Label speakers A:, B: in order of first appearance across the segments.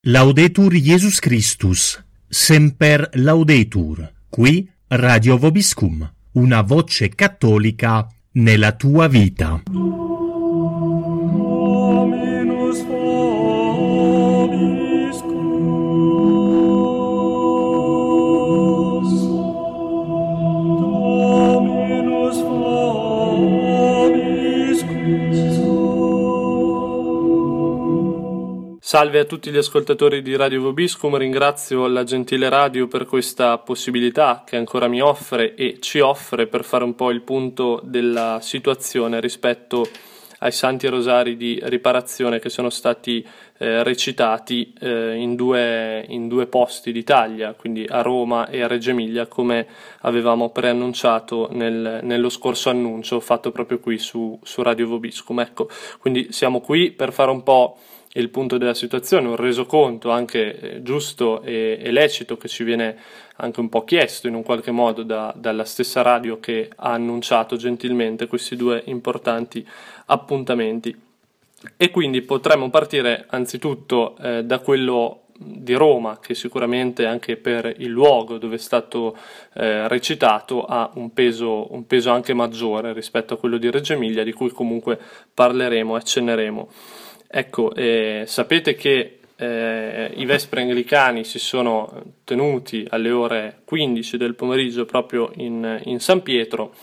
A: Laudetur Jesus Christus, semper laudetur, qui Radio Vobiscum, una voce cattolica nella tua vita.
B: Dominus vobiscus, Dominus vobiscus.
C: Salve a tutti gli ascoltatori di Radio Vobiscum, ringrazio la gentile radio per questa possibilità che ancora mi offre e ci offre per fare un po' il punto della situazione rispetto ai Santi Rosari di riparazione che sono stati recitati in due posti d'Italia, quindi a Roma e a Reggio Emilia, come avevamo preannunciato nello scorso annuncio fatto proprio qui su Radio Vobiscum. Ecco, quindi siamo qui per fare un po' il punto della situazione, un resoconto anche giusto e lecito che ci viene anche un po' chiesto in un qualche modo dalla stessa radio che ha annunciato gentilmente questi due importanti appuntamenti. E quindi potremmo partire anzitutto da quello di Roma, che sicuramente anche per il luogo dove è stato recitato ha un peso anche maggiore rispetto a quello di Reggio Emilia, di cui comunque parleremo e accenneremo. Ecco, sapete che i Vespri anglicani si sono tenuti alle ore 15 del pomeriggio proprio in San Pietro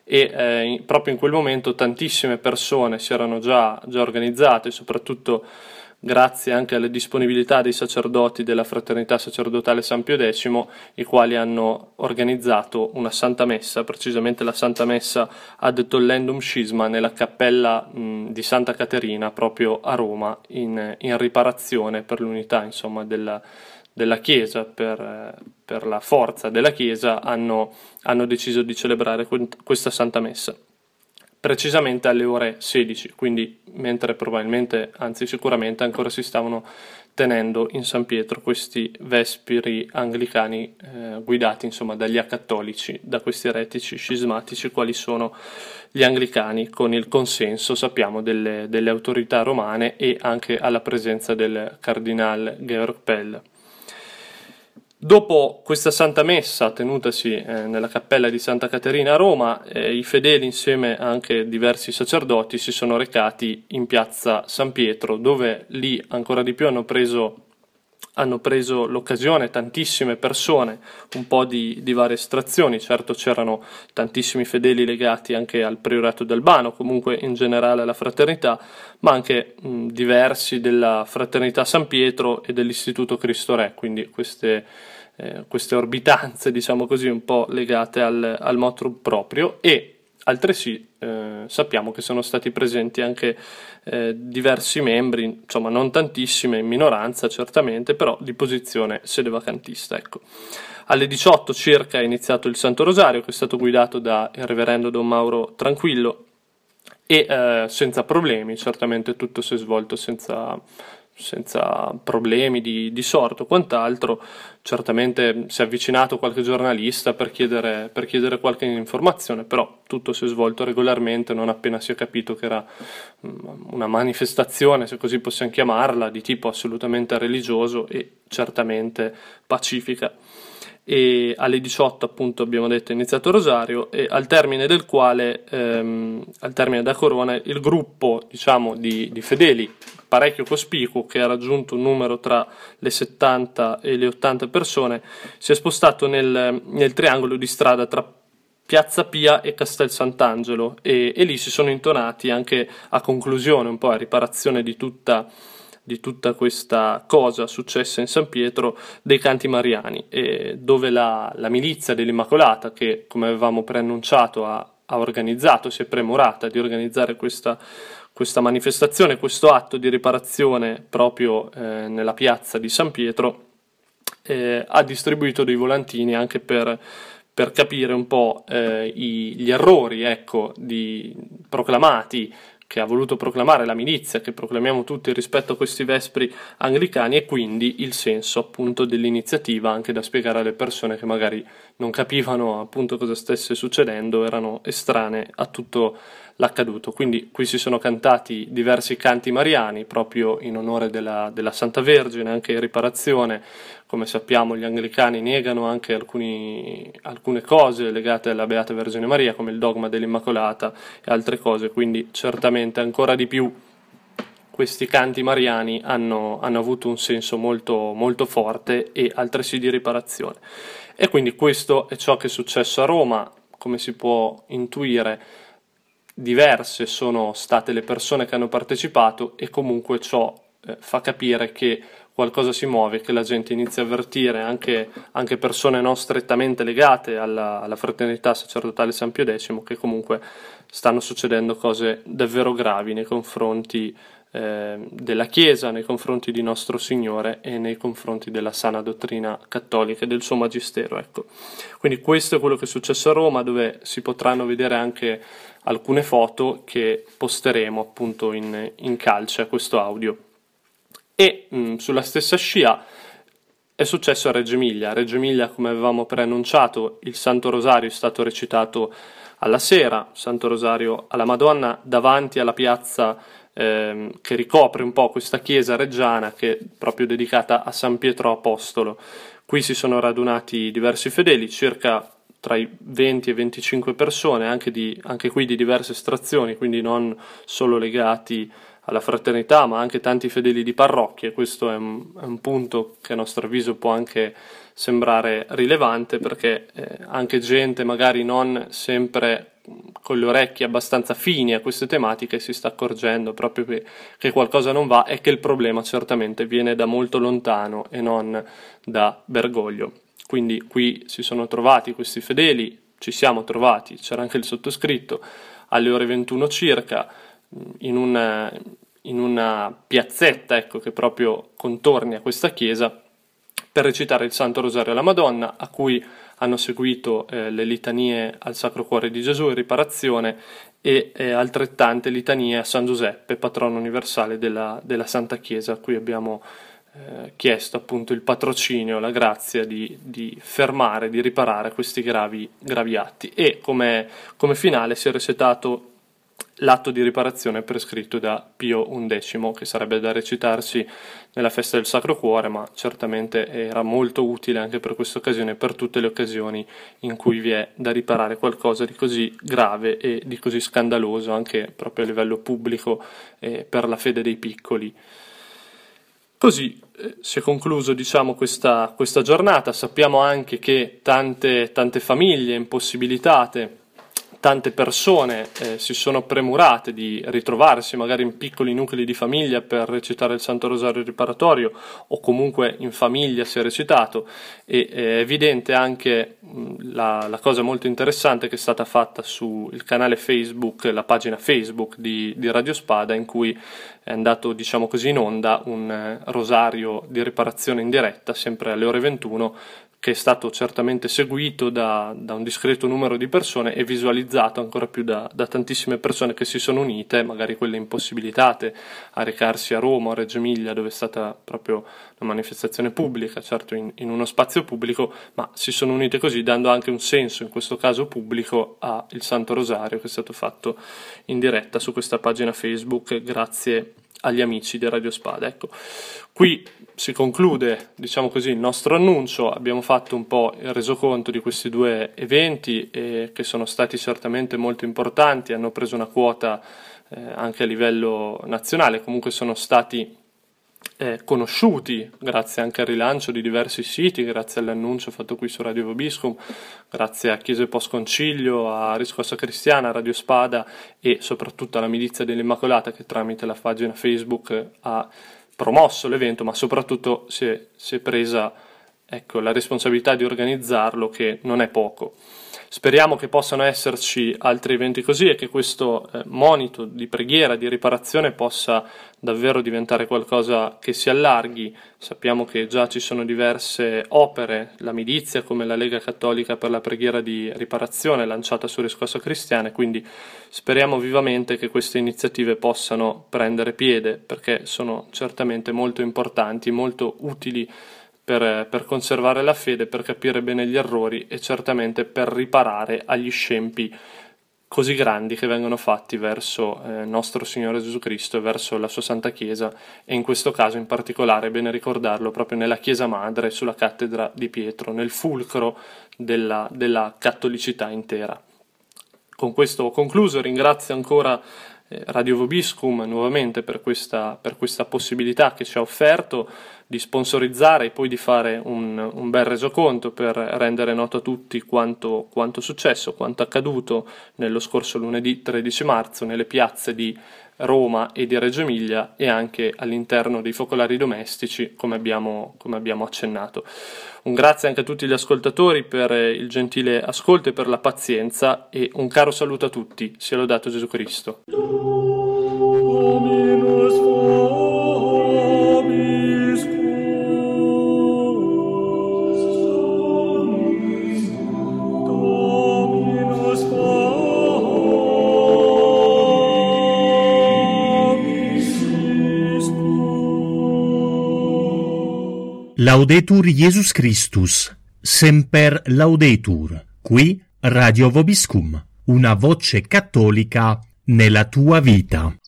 C: e proprio in quel momento tantissime persone si erano già organizzate, soprattutto grazie anche alle disponibilità dei sacerdoti della Fraternità Sacerdotale San Pio X, i quali hanno organizzato una Santa Messa, precisamente la Santa Messa ad Tollendum Schisma nella cappella di Santa Caterina proprio a Roma in riparazione per l'unità insomma della Chiesa, per la forza della Chiesa hanno deciso di celebrare questa Santa Messa precisamente alle ore 16, quindi mentre probabilmente, anzi sicuramente ancora si stavano tenendo in San Pietro questi vespri anglicani guidati insomma dagli acattolici, da questi eretici scismatici quali sono gli anglicani, con il consenso sappiamo delle autorità romane e anche alla presenza del cardinale Georg Pell. Dopo questa Santa Messa tenutasi nella cappella di Santa Caterina a Roma, i fedeli insieme anche diversi sacerdoti si sono recati in piazza San Pietro, dove lì ancora di più hanno preso l'occasione tantissime persone, un po' di varie estrazioni. Certo c'erano tantissimi fedeli legati anche al Priorato d'Albano, comunque in generale alla fraternità, ma anche diversi della Fraternità San Pietro e dell'Istituto Cristo Re, quindi queste orbitanze, diciamo così, un po' legate al motto proprio, e altresì sappiamo che sono stati presenti anche diversi membri, insomma non tantissime, in minoranza certamente, però di posizione sedevacantista. Ecco. Alle 18 circa è iniziato il Santo Rosario, che è stato guidato dal reverendo Don Mauro Tranquillo e senza problemi, certamente tutto si è svolto senza problemi di sorto o quant'altro. Certamente si è avvicinato qualche giornalista per chiedere qualche informazione, però tutto si è svolto regolarmente non appena si è capito che era una manifestazione, se così possiamo chiamarla, di tipo assolutamente religioso e certamente pacifica. E alle 18 appunto abbiamo detto è iniziato il rosario, e al termine del quale al termine da Corona il gruppo diciamo di fedeli parecchio cospicuo, che ha raggiunto un numero tra le 70 e le 80 persone, si è spostato nel triangolo di strada tra Piazza Pia e Castel Sant'Angelo e lì si sono intonati anche a conclusione, un po' a riparazione di tutta questa cosa successa in San Pietro, dei canti mariani, dove la milizia dell'Immacolata, che come avevamo preannunciato ha organizzato, si è premurata di organizzare questa manifestazione, questo atto di riparazione proprio nella piazza di San Pietro, ha distribuito dei volantini anche per capire un po' gli errori proclamati, che ha voluto proclamare la milizia, che proclamiamo tutti rispetto a questi vespri anglicani, e quindi il senso appunto dell'iniziativa, anche da spiegare alle persone che magari non capivano appunto cosa stesse succedendo, erano estranee a tutto l'accaduto. Quindi qui si sono cantati diversi canti mariani proprio in onore della Santa Vergine, anche in riparazione. Come sappiamo, gli anglicani negano anche alcune cose legate alla Beata Vergine Maria, come il dogma dell'Immacolata e altre cose, quindi certamente ancora di più questi canti mariani hanno avuto un senso molto, molto forte e altresì di riparazione. E quindi questo è ciò che è successo a Roma. Come si può intuire, diverse sono state le persone che hanno partecipato, e comunque ciò fa capire che qualcosa si muove, che la gente inizia a avvertire, anche persone non strettamente legate alla fraternità sacerdotale San Pio X, che comunque stanno succedendo cose davvero gravi nei confronti della Chiesa, nei confronti di Nostro Signore e nei confronti della sana dottrina cattolica e del suo magistero. Ecco. Quindi questo è quello che è successo a Roma, dove si potranno vedere anche alcune foto che posteremo appunto in calce a questo audio. E sulla stessa scia è successo a Reggio Emilia. A Reggio Emilia, come avevamo preannunciato, il Santo Rosario è stato recitato alla sera, Santo Rosario alla Madonna, davanti alla piazza che ricopre un po' questa chiesa reggiana, che è proprio dedicata a San Pietro Apostolo. Qui si sono radunati diversi fedeli, circa tra i 20 e 25 persone, anche qui di diverse estrazioni, quindi non solo legati alla fraternità, ma anche tanti fedeli di parrocchie. Questo è un punto che a nostro avviso può anche sembrare rilevante, perché anche gente magari non sempre con le orecchie abbastanza fini a queste tematiche si sta accorgendo proprio che qualcosa non va, e che il problema certamente viene da molto lontano e non da Bergoglio. Quindi qui si sono trovati questi fedeli, ci siamo trovati, c'era anche il sottoscritto, alle ore 21 circa, in una piazzetta, ecco, che proprio contorna questa chiesa, per recitare il Santo Rosario alla Madonna, a cui hanno seguito le litanie al Sacro Cuore di Gesù in riparazione e altrettante litanie a San Giuseppe, patrono universale della Santa Chiesa, a cui abbiamo chiesto appunto il patrocinio, la grazia di fermare, di riparare questi gravi atti. E come finale si è recitato l'atto di riparazione prescritto da Pio XI, che sarebbe da recitarsi nella festa del Sacro Cuore, ma certamente era molto utile anche per questa occasione e per tutte le occasioni in cui vi è da riparare qualcosa di così grave e di così scandaloso, anche proprio a livello pubblico, per la fede dei piccoli. Così si è concluso, diciamo, questa giornata. Sappiamo anche che tante famiglie impossibilitate, tante persone si sono premurate di ritrovarsi magari in piccoli nuclei di famiglia per recitare il Santo Rosario riparatorio, o comunque in famiglia si è recitato, e è evidente anche la cosa molto interessante che è stata fatta sul canale Facebook, la pagina Facebook di Radio Spada, in cui è andato, diciamo così, in onda un rosario di riparazione in diretta, sempre alle ore 21, che è stato certamente seguito da un discreto numero di persone e visualizzato ancora più da tantissime persone che si sono unite, magari quelle impossibilitate a recarsi a Roma o a Reggio Emilia, dove è stata proprio una manifestazione pubblica, certo in uno spazio pubblico, ma si sono unite così, dando anche un senso, in questo caso pubblico, al Santo Rosario, che è stato fatto in diretta su questa pagina Facebook grazie agli amici di Radio Spada. Ecco, qui si conclude, diciamo così, il nostro annuncio. Abbiamo fatto un po' il resoconto di questi due eventi che sono stati certamente molto importanti, hanno preso una quota anche a livello nazionale, comunque sono stati conosciuti grazie anche al rilancio di diversi siti, grazie all'annuncio fatto qui su Radio Vobiscum, grazie a Chiesa Post Concilio, a Riscossa Cristiana, a Radio Spada e soprattutto alla Milizia dell'Immacolata, che tramite la pagina Facebook ha promosso l'evento, ma soprattutto si è presa, ecco, la responsabilità di organizzarlo, che non è poco. Speriamo che possano esserci altri eventi così e che questo monito di preghiera, di riparazione, possa davvero diventare qualcosa che si allarghi. Sappiamo che già ci sono diverse opere, la milizia come la Lega Cattolica per la preghiera di riparazione lanciata su Riscossa Cristiana, quindi speriamo vivamente che queste iniziative possano prendere piede, perché sono certamente molto importanti, molto utili per conservare la fede, per capire bene gli errori e certamente per riparare agli scempi così grandi che vengono fatti verso nostro Signore Gesù Cristo e verso la sua Santa Chiesa, e in questo caso in particolare è bene ricordarlo proprio nella Chiesa Madre, sulla cattedra di Pietro, nel fulcro della cattolicità intera. Con questo ho concluso, ringrazio ancora Radio Vobiscum nuovamente per questa possibilità che ci ha offerto di sponsorizzare e poi di fare un bel resoconto per rendere noto a tutti quanto è successo, quanto accaduto nello scorso lunedì 13 marzo nelle piazze di Roma e di Reggio Emilia e anche all'interno dei focolari domestici, come abbiamo accennato. Un grazie anche a tutti gli ascoltatori per il gentile ascolto e per la pazienza, e un caro saluto a tutti. Sia lodato Gesù Cristo.
B: Dominus vobiscum. Dominus vobiscum.
A: Laudetur Jesus Christus, semper laudetur, qui Radio Vobiscum, una voce cattolica nella tua vita.